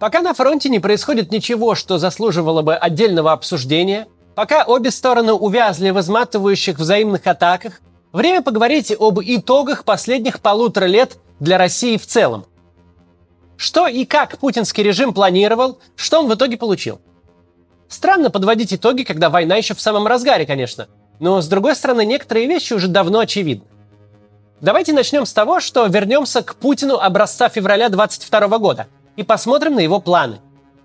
Пока на фронте не происходит ничего, что заслуживало бы отдельного обсуждения, пока обе стороны увязли в изматывающих взаимных атаках, время поговорить об итогах последних 1,5 лет для России в целом. Что и как путинский режим планировал, что он в итоге получил. Странно подводить итоги, когда война еще в самом разгаре, конечно. Но, с другой стороны, некоторые вещи уже давно очевидны. Давайте начнем с того, что вернемся к Путину образца февраля 2022 года и посмотрим на его планы.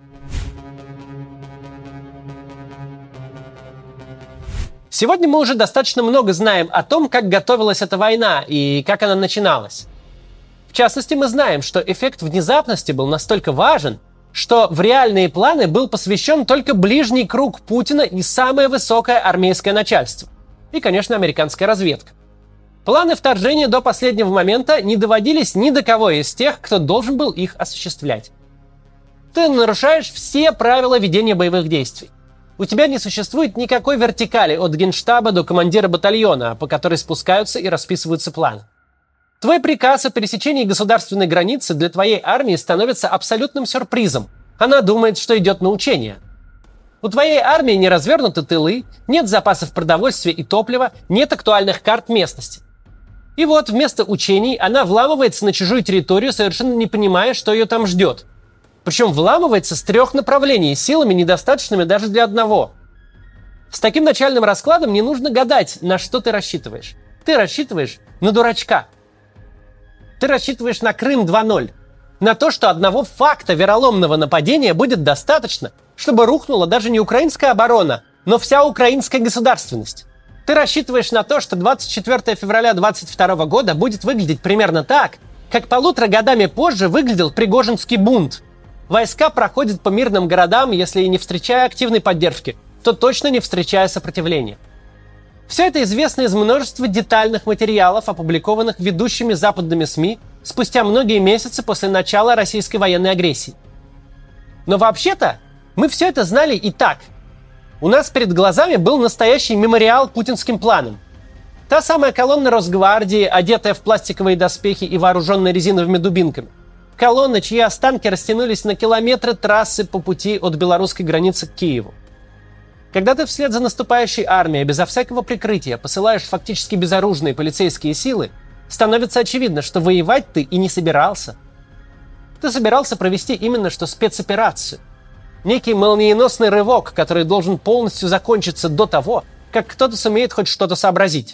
Сегодня мы уже достаточно много знаем о том, как готовилась эта война и как она начиналась. В частности, мы знаем, что эффект внезапности был настолько важен, что в реальные планы был посвящен только ближний круг Путина и самое высокое армейское начальство. И, конечно, американская разведка. Планы вторжения до последнего момента не доводились ни до кого из тех, кто должен был их осуществлять. Ты нарушаешь все правила ведения боевых действий. У тебя не существует никакой вертикали от генштаба до командира батальона, по которой спускаются и расписываются планы. Твой приказ о пересечении государственной границы для твоей армии становится абсолютным сюрпризом. Она думает, что идет на учение. У твоей армии не развернуты тылы, нет запасов продовольствия и топлива, нет актуальных карт местности. И вот вместо учений она вламывается на чужую территорию, совершенно не понимая, что ее там ждет. Причем вламывается с 3 направлений, силами недостаточными даже для одного. С таким начальным раскладом не нужно гадать, на что ты рассчитываешь. Ты рассчитываешь на дурачка. Ты рассчитываешь на Крым 2.0. На то, что одного факта вероломного нападения будет достаточно, чтобы рухнула даже не украинская оборона, но вся украинская государственность. Ты рассчитываешь на то, что 24 февраля 2022 года будет выглядеть примерно так, как 1,5 годами позже выглядел Пригожинский бунт. Войска проходят по мирным городам, если и не встречая активной поддержки, то точно не встречая сопротивления. Все это известно из множества детальных материалов, опубликованных ведущими западными СМИ спустя многие месяцы после начала российской военной агрессии. Но вообще-то мы все это знали и так. У нас перед глазами был настоящий мемориал путинским планам. Та самая колонна Росгвардии, одетая в пластиковые доспехи и вооруженная резиновыми дубинками. Колонна, чьи останки растянулись на километры трассы по пути от белорусской границы к Киеву. Когда ты вслед за наступающей армией безо всякого прикрытия посылаешь фактически безоружные полицейские силы, становится очевидно, что воевать ты и не собирался. Ты собирался провести именно что спецоперацию. Некий молниеносный рывок, который должен полностью закончиться до того, как кто-то сумеет хоть что-то сообразить.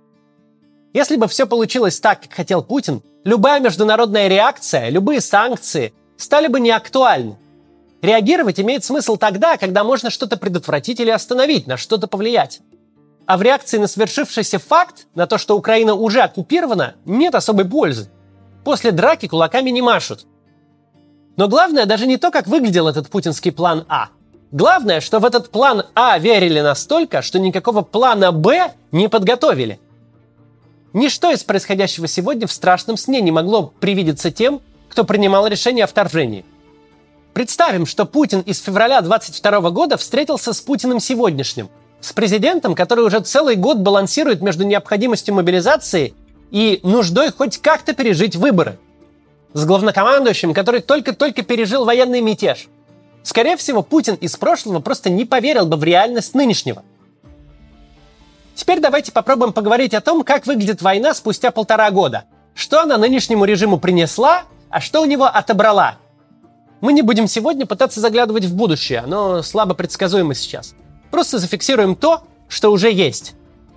Если бы все получилось так, как хотел Путин, любая международная реакция, любые санкции стали бы неактуальны. Реагировать имеет смысл тогда, когда можно что-то предотвратить или остановить, на что-то повлиять. А в реакции на свершившийся факт, на то, что Украина уже оккупирована, нет особой пользы. После драки кулаками не машут. Но главное даже не то, как выглядел этот путинский план А. Главное, что в этот план А верили настолько, что никакого плана Б не подготовили. Ничто из происходящего сегодня в страшном сне не могло привидеться тем, кто принимал решение о вторжении. Представим, что Путин из февраля 2022 года встретился с Путиным сегодняшним, с президентом, который уже целый год балансирует между необходимостью мобилизации и нуждой хоть как-то пережить выборы. С главнокомандующим, который только-только пережил военный мятеж. Скорее всего, Путин из прошлого просто не поверил бы в реальность нынешнего. Теперь давайте попробуем поговорить о том, как выглядит война спустя 1,5 года. Что она нынешнему режиму принесла, а что у него отобрала. Мы не будем сегодня пытаться заглядывать в будущее, оно слабо предсказуемо сейчас. Просто зафиксируем то, что уже есть.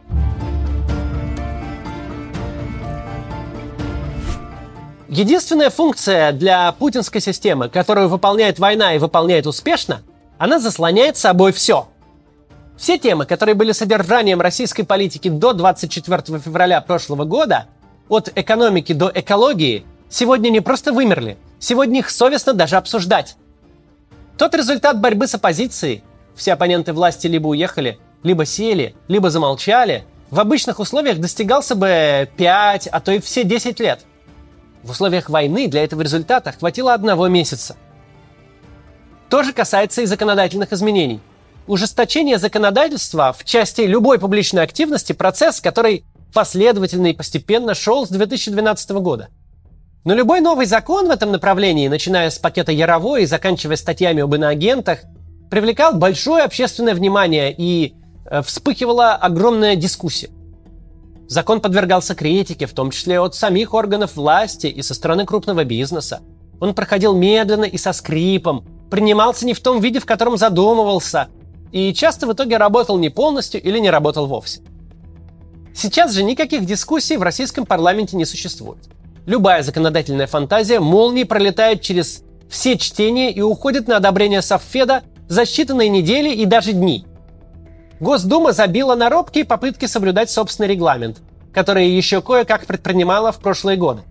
Единственная функция для путинской системы, которую выполняет война и выполняет успешно, она заслоняет собой все. Все темы, которые были содержанием российской политики до 24 февраля прошлого года, от экономики до экологии, сегодня не просто вымерли, сегодня их совестно даже обсуждать. Тот результат борьбы с оппозицией, все оппоненты власти либо уехали, либо сели, либо замолчали, в обычных условиях достигался бы 5, а то и все 10 лет. В условиях войны для этого результата хватило 1 месяца. То же касается и законодательных изменений. Ужесточение законодательства в части любой публичной активности – процесс, который последовательно и постепенно шел с 2012 года. Но любой новый закон в этом направлении, начиная с пакета Яровой и заканчивая статьями об иноагентах, привлекал большое общественное внимание и вспыхивала огромная дискуссия. Закон подвергался критике, в том числе от самих органов власти и со стороны крупного бизнеса. Он проходил медленно и со скрипом, принимался не в том виде, в котором задумывался, и часто в итоге работал не полностью или не работал вовсе. Сейчас же никаких дискуссий в российском парламенте не существует. Любая законодательная фантазия молнией пролетает через все чтения и уходит на одобрение Совфеда за считанные недели и даже дни. Госдума забила на робкие попытки соблюдать собственный регламент, который еще кое-как предпринимала в прошлые годы.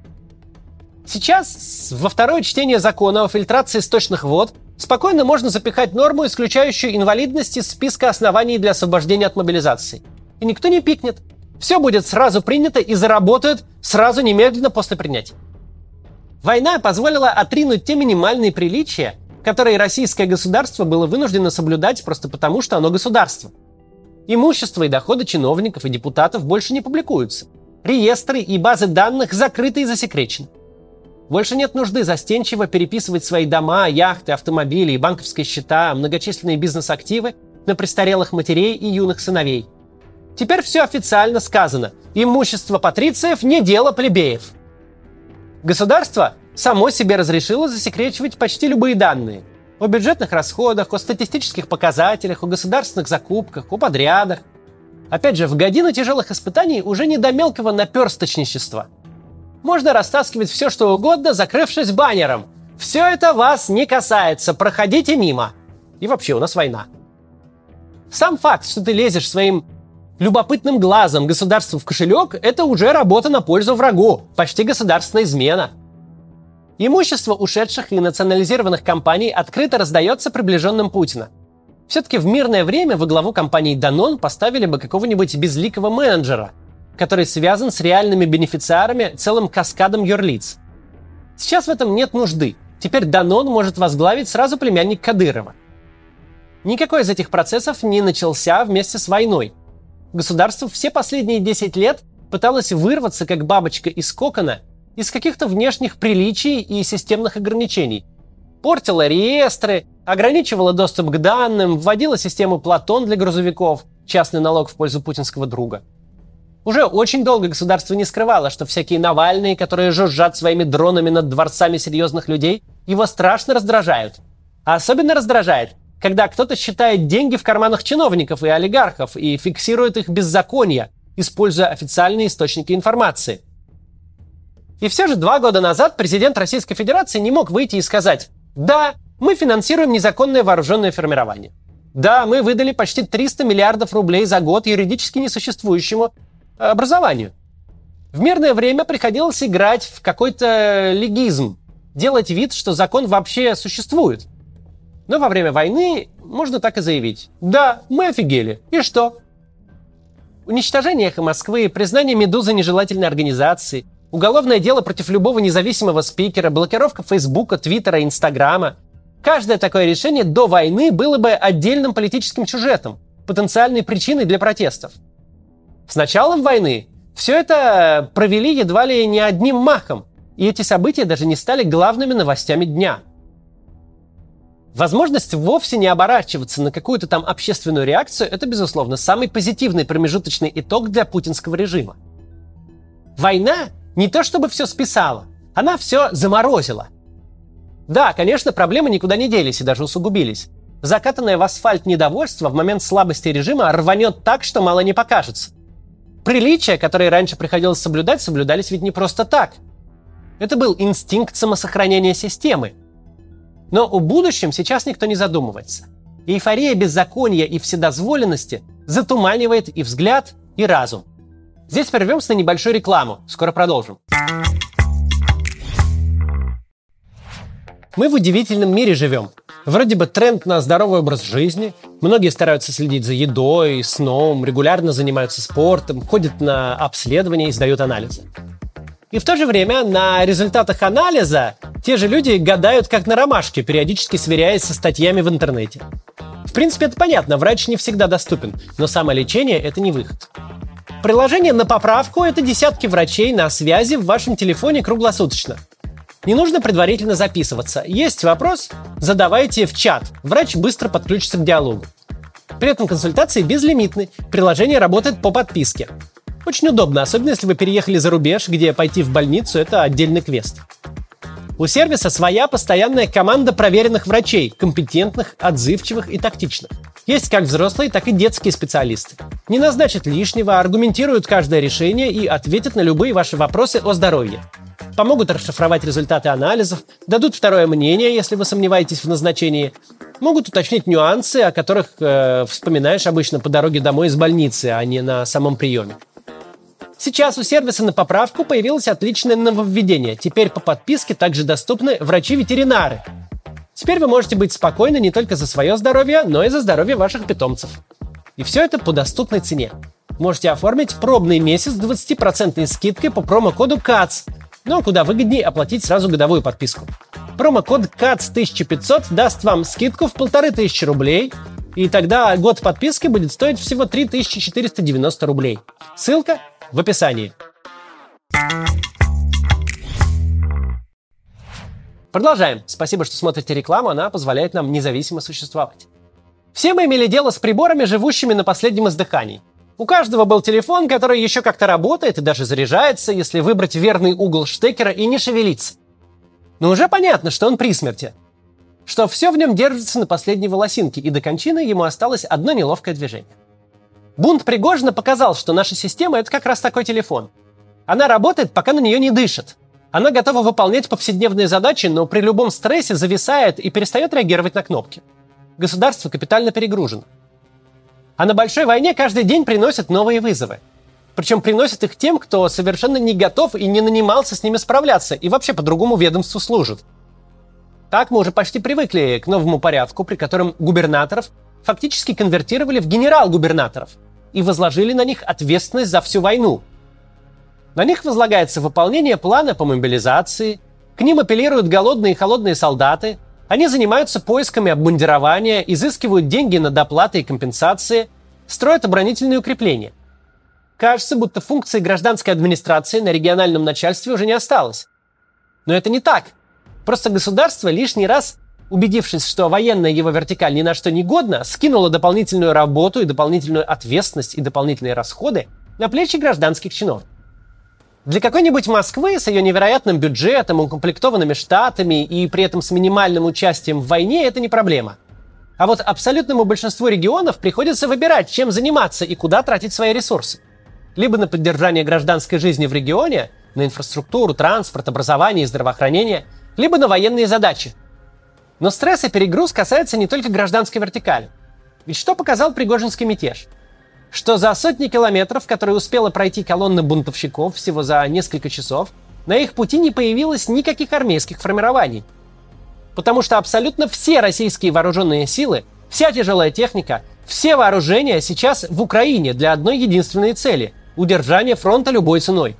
Сейчас, во второе чтение закона о фильтрации сточных вод, спокойно можно запихать норму, исключающую инвалидность из списка оснований для освобождения от мобилизации. И никто не пикнет. Все будет сразу принято и заработает сразу немедленно после принятия. Война позволила отринуть те минимальные приличия, которые российское государство было вынуждено соблюдать просто потому, что оно государство. Имущество и доходы чиновников и депутатов больше не публикуются. Реестры и базы данных закрыты и засекречены. Больше нет нужды застенчиво переписывать свои дома, яхты, автомобили и банковские счета, многочисленные бизнес-активы на престарелых матерей и юных сыновей. Теперь все официально сказано. Имущество патрициев не дело плебеев. Государство само себе разрешило засекречивать почти любые данные. О бюджетных расходах, о статистических показателях, о государственных закупках, о подрядах. Опять же, в годину тяжелых испытаний уже не до мелкого наперсточничества. Можно растаскивать все, что угодно, закрывшись баннером. Все это вас не касается, проходите мимо. И вообще, у нас война. Сам факт, что ты лезешь своим любопытным глазом государству в кошелек, это уже работа на пользу врагу, почти государственная измена. Имущество ушедших и национализированных компаний открыто раздается приближенным Путина. Все-таки в мирное время во главу компании Danone поставили бы какого-нибудь безликого менеджера, который связан с реальными бенефициарами целым каскадом юрлиц. Сейчас в этом нет нужды. Теперь Danone может возглавить сразу племянник Кадырова. Никакой из этих процессов не начался вместе с войной. Государство все последние 10 лет пыталось вырваться, как бабочка из кокона, из каких-то внешних приличий и системных ограничений. Портило реестры, ограничивало доступ к данным, вводило систему Платон для грузовиков, частный налог в пользу путинского друга. Уже очень долго государство не скрывало, что всякие Навальные, которые жужжат своими дронами над дворцами серьезных людей, его страшно раздражают. А особенно раздражает, когда кто-то считает деньги в карманах чиновников и олигархов и фиксирует их беззаконие, используя официальные источники информации. И все же 2 года назад президент Российской Федерации не мог выйти и сказать: «Да, мы финансируем незаконное вооруженное формирование. Да, мы выдали почти 300 миллиардов рублей за год юридически несуществующему образованию». В мирное время приходилось играть в какой-то легизм, делать вид, что закон вообще существует. Но во время войны можно так и заявить: «Да, мы офигели. И что?» Уничтожение «Эхо Москвы», признание «Медузы» нежелательной организацией, уголовное дело против любого независимого спикера, блокировка Фейсбука, Твиттера, Инстаграма. Каждое такое решение до войны было бы отдельным политическим сюжетом, потенциальной причиной для протестов. С началом войны все это провели едва ли не одним махом, и эти события даже не стали главными новостями дня. Возможность вовсе не оборачиваться на какую-то там общественную реакцию – это, безусловно, самый позитивный промежуточный итог для путинского режима. Война не то чтобы все списала, она все заморозила. Да, конечно, проблемы никуда не делись и даже усугубились. Закатанное в асфальт недовольство в момент слабости режима рванет так, что мало не покажется. Приличия, которые раньше приходилось соблюдать, соблюдались ведь не просто так. Это был инстинкт самосохранения системы. Но о будущем сейчас никто не задумывается. Эйфория беззакония и вседозволенности затуманивает и взгляд, и разум. Здесь прервемся на небольшую рекламу. Скоро продолжим. Мы в удивительном мире живем. Вроде бы тренд на здоровый образ жизни. Многие стараются следить за едой, сном, регулярно занимаются спортом, ходят на обследования и сдают анализы. И в то же время на результатах анализа те же люди гадают как на ромашке, периодически сверяясь со статьями в интернете. В принципе, это понятно, врач не всегда доступен, но самолечение – это не выход. Приложение на поправку – это десятки врачей на связи в вашем телефоне круглосуточно. Не нужно предварительно записываться. Есть вопрос? Задавайте в чат. Врач быстро подключится к диалогу. При этом консультации безлимитны. Приложение работает по подписке. Очень удобно, особенно если вы переехали за рубеж, где пойти в больницу – это отдельный квест. У сервиса своя постоянная команда проверенных врачей, компетентных, отзывчивых и тактичных. Есть как взрослые, так и детские специалисты. Не назначат лишнего, аргументируют каждое решение и ответят на любые ваши вопросы о здоровье. Помогут расшифровать результаты анализов, дадут второе мнение, если вы сомневаетесь в назначении. Могут уточнить нюансы, о которых вспоминаешь обычно по дороге домой из больницы, а не на самом приеме. Сейчас у сервиса на поправку появилось отличное нововведение. Теперь по подписке также доступны врачи-ветеринары. Теперь вы можете быть спокойны не только за свое здоровье, но и за здоровье ваших питомцев. И все это по доступной цене. Можете оформить пробный месяц с 20% скидкой по промокоду КАЦ. Но куда выгоднее оплатить сразу годовую подписку. Промокод КАЦ1500 даст вам скидку в 1500 рублей, и тогда год подписки будет стоить всего 3490 рублей. Ссылка в описании. Продолжаем. Спасибо, что смотрите рекламу, она позволяет нам независимо существовать. Все мы имели дело с приборами, живущими на последнем издыхании. У каждого был телефон, который еще как-то работает и даже заряжается, если выбрать верный угол штекера и не шевелиться. Но уже понятно, что он при смерти. Что все в нем держится на последней волосинке, и до кончины ему осталось одно неловкое движение. Бунт Пригожина показал, что наша система – это как раз такой телефон. Она работает, пока на нее не дышит. Она готова выполнять повседневные задачи, но при любом стрессе зависает и перестает реагировать на кнопки. Государство капитально перегружено. А на большой войне каждый день приносят новые вызовы. Причем приносят их тем, кто совершенно не готов и не нанимался с ними справляться, и вообще по другому ведомству служит. Так мы уже почти привыкли к новому порядку, при котором губернаторов фактически конвертировали в генерал-губернаторов и возложили на них ответственность за всю войну. На них возлагается выполнение плана по мобилизации, к ним апеллируют голодные и холодные солдаты, они занимаются поисками обмундирования, изыскивают деньги на доплаты и компенсации, строят оборонительные укрепления. Кажется, будто функции гражданской администрации на региональном начальстве уже не осталось. Но это не так. Просто государство лишний раз, убедившись, что военная его вертикаль ни на что не годна, скинуло дополнительную работу и дополнительную ответственность и дополнительные расходы на плечи гражданских чиновников. Для какой-нибудь Москвы с ее невероятным бюджетом, укомплектованными штатами и при этом с минимальным участием в войне это не проблема. А вот абсолютному большинству регионов приходится выбирать, чем заниматься и куда тратить свои ресурсы. Либо на поддержание гражданской жизни в регионе, на инфраструктуру, транспорт, образование и здравоохранение, либо на военные задачи. Но стресс и перегруз касаются не только гражданской вертикали. Ведь что показал Пригожинский мятеж? Что за сотни километров, которые успела пройти колонна бунтовщиков всего за несколько часов, на их пути не появилось никаких армейских формирований. Потому что абсолютно все российские вооруженные силы, вся тяжелая техника, все вооружения сейчас в Украине для одной единственной цели – удержания фронта любой ценой.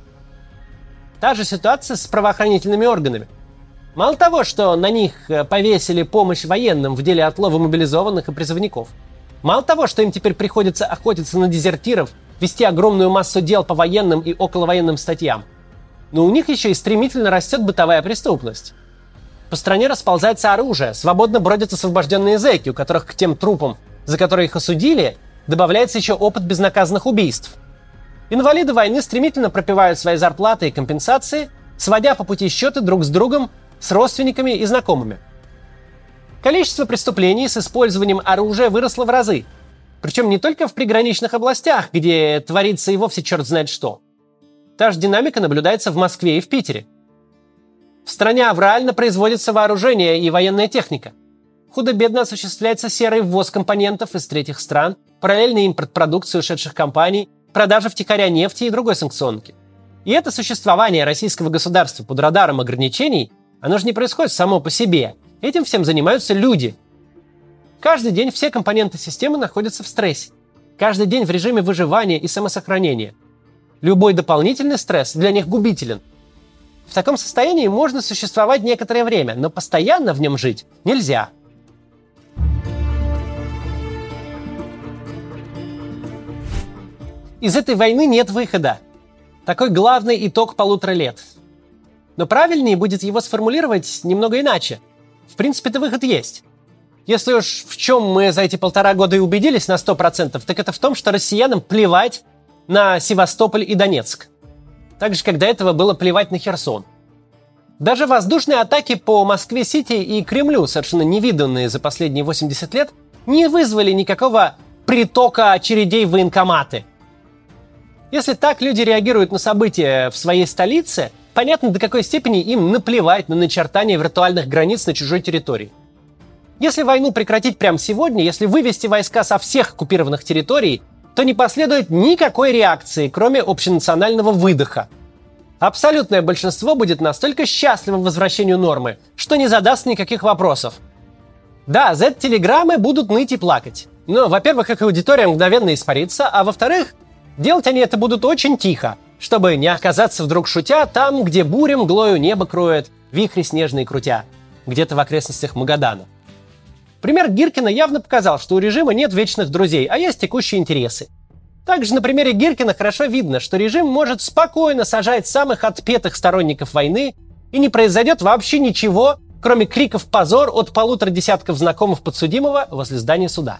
Та же ситуация с правоохранительными органами. Мало того, что на них повесили помощь военным в деле отлова мобилизованных и призывников, мало того, что им теперь приходится охотиться на дезертиров, вести огромную массу дел по военным и околовоенным статьям, но у них еще и стремительно растет бытовая преступность. По стране расползается оружие, свободно бродят освобожденные зэки, у которых к тем трупам, за которые их осудили, добавляется еще опыт безнаказанных убийств. Инвалиды войны стремительно пропивают свои зарплаты и компенсации, сводя по пути счеты друг с другом, с родственниками и знакомыми. Количество преступлений с использованием оружия выросло в разы. Причем не только в приграничных областях, где творится и вовсе черт знает что. Та же динамика наблюдается в Москве и в Питере. В стране аврально производится вооружение и военная техника. Худо-бедно осуществляется серый ввоз компонентов из третьих стран, параллельный импорт продукции ушедших компаний, продажа втихаря нефти и другой санкционки. И это существование российского государства под радаром ограничений, оно же не происходит само по себе. Этим всем занимаются люди. Каждый день все компоненты системы находятся в стрессе. Каждый день в режиме выживания и самосохранения. Любой дополнительный стресс для них губителен. В таком состоянии можно существовать некоторое время, но постоянно в нем жить нельзя. Из этой войны нет выхода. Такой главный итог 1,5 лет. Но правильнее будет его сформулировать немного иначе. В принципе-то выход есть. Если уж в чем мы за эти 1,5 года и убедились на 100%, так это в том, что россиянам плевать на Севастополь и Донецк. Так же, как до этого было плевать на Херсон. Даже воздушные атаки по Москве-Сити и Кремлю, совершенно невиданные за последние 80 лет, не вызвали никакого притока очередей в военкоматы. Если так люди реагируют на события в своей столице, понятно, до какой степени им наплевать на начертание виртуальных границ на чужой территории. Если войну прекратить прямо сегодня, если вывести войска со всех оккупированных территорий, то не последует никакой реакции, кроме общенационального выдоха. Абсолютное большинство будет настолько счастливо возвращению нормы, что не задаст никаких вопросов. Да, Z-телеграммы будут ныть и плакать. Но, во-первых, их аудитория мгновенно испарится, а во-вторых, делать они это будут очень тихо, чтобы не оказаться вдруг шутя там, где буря мглою небо кроет, вихри снежные крутя, где-то в окрестностях Магадана. Пример Гиркина явно показал, что у режима нет вечных друзей, а есть текущие интересы. Также на примере Гиркина хорошо видно, что режим может спокойно сажать самых отпетых сторонников войны, и не произойдет вообще ничего, кроме криков «позор» от 1,5 десятков знакомых подсудимого возле здания суда.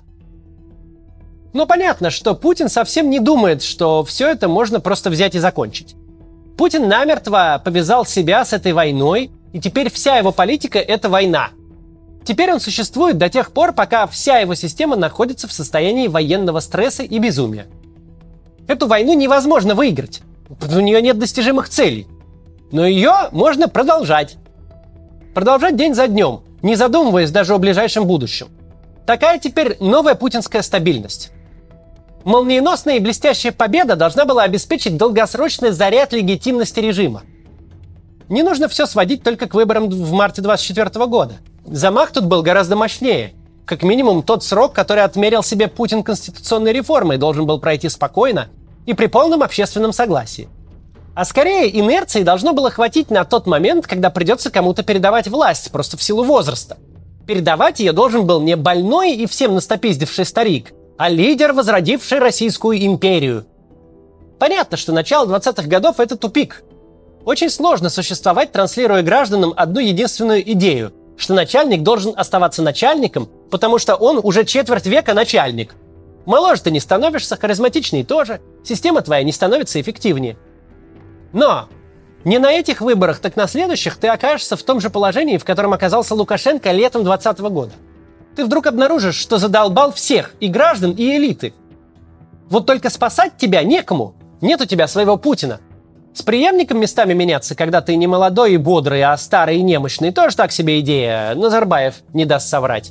Но понятно, что Путин совсем не думает, что все это можно просто взять и закончить. Путин намертво повязал себя с этой войной, и теперь вся его политика – это война. Теперь он существует до тех пор, пока вся его система находится в состоянии военного стресса и безумия. Эту войну невозможно выиграть. У нее нет достижимых целей. Но ее можно продолжать. Продолжать день за днем, не задумываясь даже о ближайшем будущем. Такая теперь новая путинская стабильность. Молниеносная и блестящая победа должна была обеспечить долгосрочный заряд легитимности режима. Не нужно все сводить только к выборам в марте 2024 года. Замах тут был гораздо мощнее. Как минимум, тот срок, который отмерил себе Путин конституционной реформой, должен был пройти спокойно и при полном общественном согласии. А скорее, инерции должно было хватить на тот момент, когда придется кому-то передавать власть, просто в силу возраста. Передавать ее должен был не больной и всем настопиздивший старик, а лидер, возродивший Российскую империю. Понятно, что начало 20-х годов – это тупик. Очень сложно существовать, транслируя гражданам одну единственную идею – что начальник должен оставаться начальником, потому что он уже четверть века начальник. Моложе ты не становишься, харизматичней тоже, система твоя не становится эффективнее. Но не на этих выборах, так на следующих ты окажешься в том же положении, в котором оказался Лукашенко летом 2020 года. Ты вдруг обнаружишь, что задолбал всех, и граждан, и элиты. Вот только спасать тебя некому, нет у тебя своего Путина. С преемником местами меняться, когда ты не молодой и бодрый, а старый и немощный, тоже так себе идея, Назарбаев не даст соврать.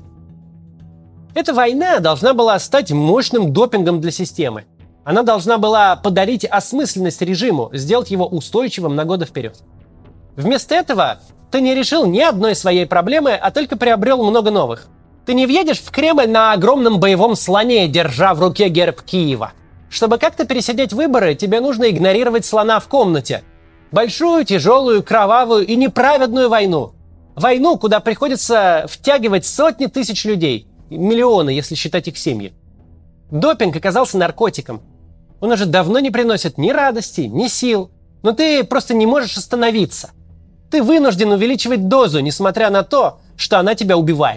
Эта война должна была стать мощным допингом для системы. Она должна была подарить осмысленность режиму, сделать его устойчивым на годы вперед. Вместо этого ты не решил ни одной своей проблемы, а только приобрел много новых. Ты не въедешь в Кремль на огромном боевом слоне, держа в руке герб Киева. Чтобы как-то пересидеть выборы, тебе нужно игнорировать слона в комнате. Большую, тяжелую, кровавую и неправедную войну. Войну, куда приходится втягивать сотни тысяч людей. Миллионы, если считать их семьи. Допинг оказался наркотиком. Он уже давно не приносит ни радости, ни сил. Но ты просто не можешь остановиться. Ты вынужден увеличивать дозу, несмотря на то, что она тебя убивает.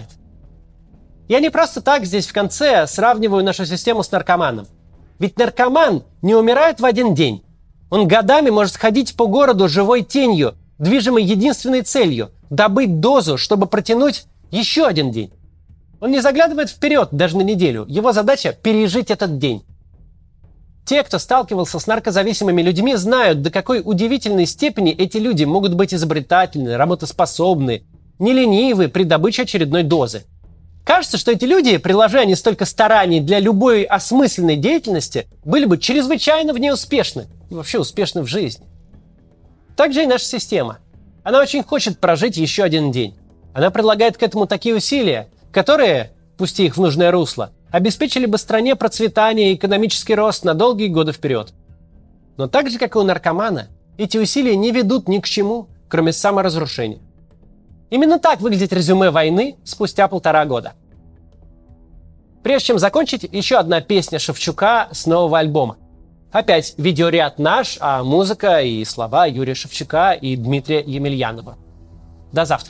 Я не просто так здесь в конце сравниваю нашу систему с наркоманом. Ведь наркоман не умирает в один день. Он годами может ходить по городу живой тенью, движимой единственной целью – добыть дозу, чтобы протянуть еще один день. Он не заглядывает вперед даже на неделю. Его задача – пережить этот день. Те, кто сталкивался с наркозависимыми людьми, знают, до какой удивительной степени эти люди могут быть изобретательны, работоспособны, не ленивы при добыче очередной дозы. Кажется, что эти люди, приложа не столько стараний для любой осмысленной деятельности, были бы чрезвычайно в ней успешны и вообще успешны в жизни. Так же и наша система. Она очень хочет прожить еще один день. Она предлагает к этому такие усилия, которые, пусти их в нужное русло, обеспечили бы стране процветание и экономический рост на долгие годы вперед. Но так же, как и у наркомана, эти усилия не ведут ни к чему, кроме саморазрушения. Именно так выглядит резюме войны спустя 1,5 года. Прежде чем закончить, еще одна песня Шевчука с нового альбома. Опять видеоряд наш, а музыка и слова Юрия Шевчука и Дмитрия Емельянова. До завтра.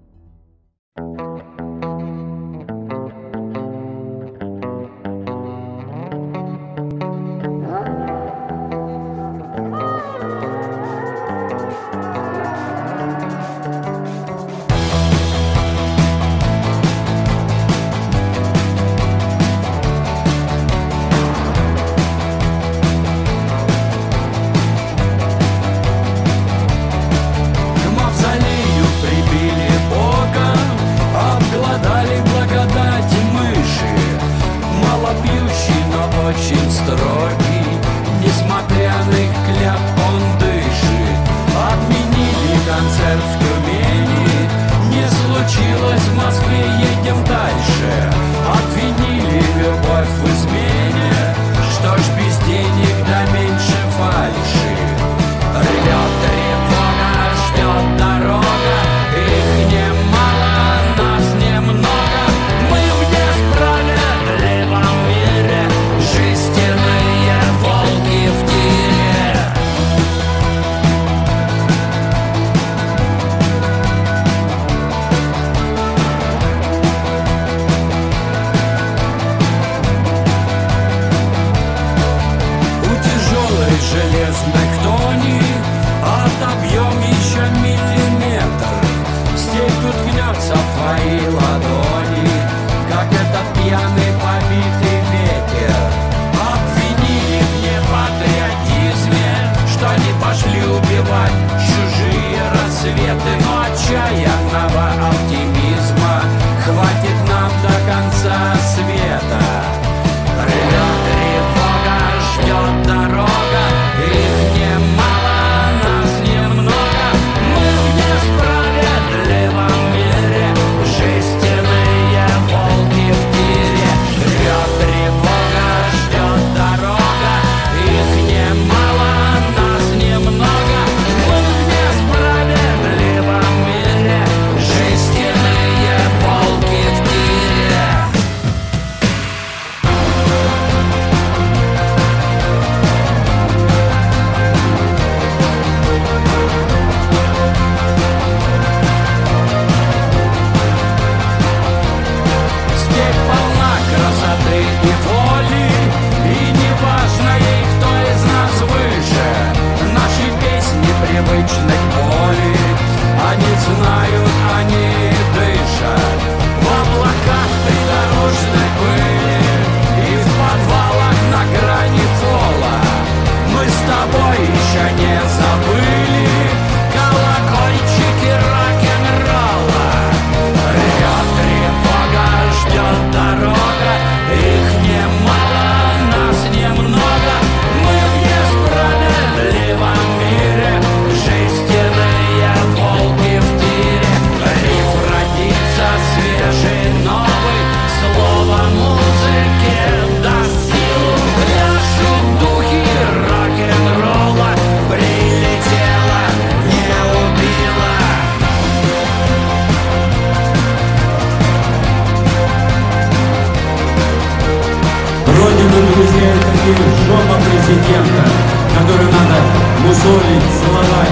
Очень строгий, несмотря на их кляп, он дышит. Отменили концерт в Тюмени, не случилось в Москве, едем дальше. Обвинили любовь в измене, что ж без денег да меньше фальши. Рвет тревога, ждет дорога, их немало, нас немного. Мы в несправедливом мире, жестяные волки в тире. У тяжелой железной тони отобьем еще миллиметр. Степь уткнется в твои ладони, как этот пьяный побитый ветер. Обвинили в непатриотизме, что не пошли убивать чужие рассветы. Но отчаянного оптимизма хватит нам до конца света. Рвет тревога, ждет дорога, их немало, нас немного. Мы в несправедливом мире, жестяные волки в тире. Рвет тревога, ждет дорога, их немало, нас немного. Мы в несправедливом мире, жестяные волки в тире. Степь полна красоты и воли, и неважно ей, кто из нас выше. Наши песни привычны к боли, они знают, они дышат. В облаках придорожной пыли и в подвалах на грани фола. Мы с тобой еще не забыли колокольчики рок-н-ролла. Рвет тревога, ждет дорога, их немало, нас немного. Мы в несправедливом мире, жестяные волки в тире. Риф родится свежий, новый, слово музыки даст силу. Пляшут духи рок-н-ролла, прилетела, не убила. Родина, друзья, это не жопа президента, которую надо мусолить, целовать.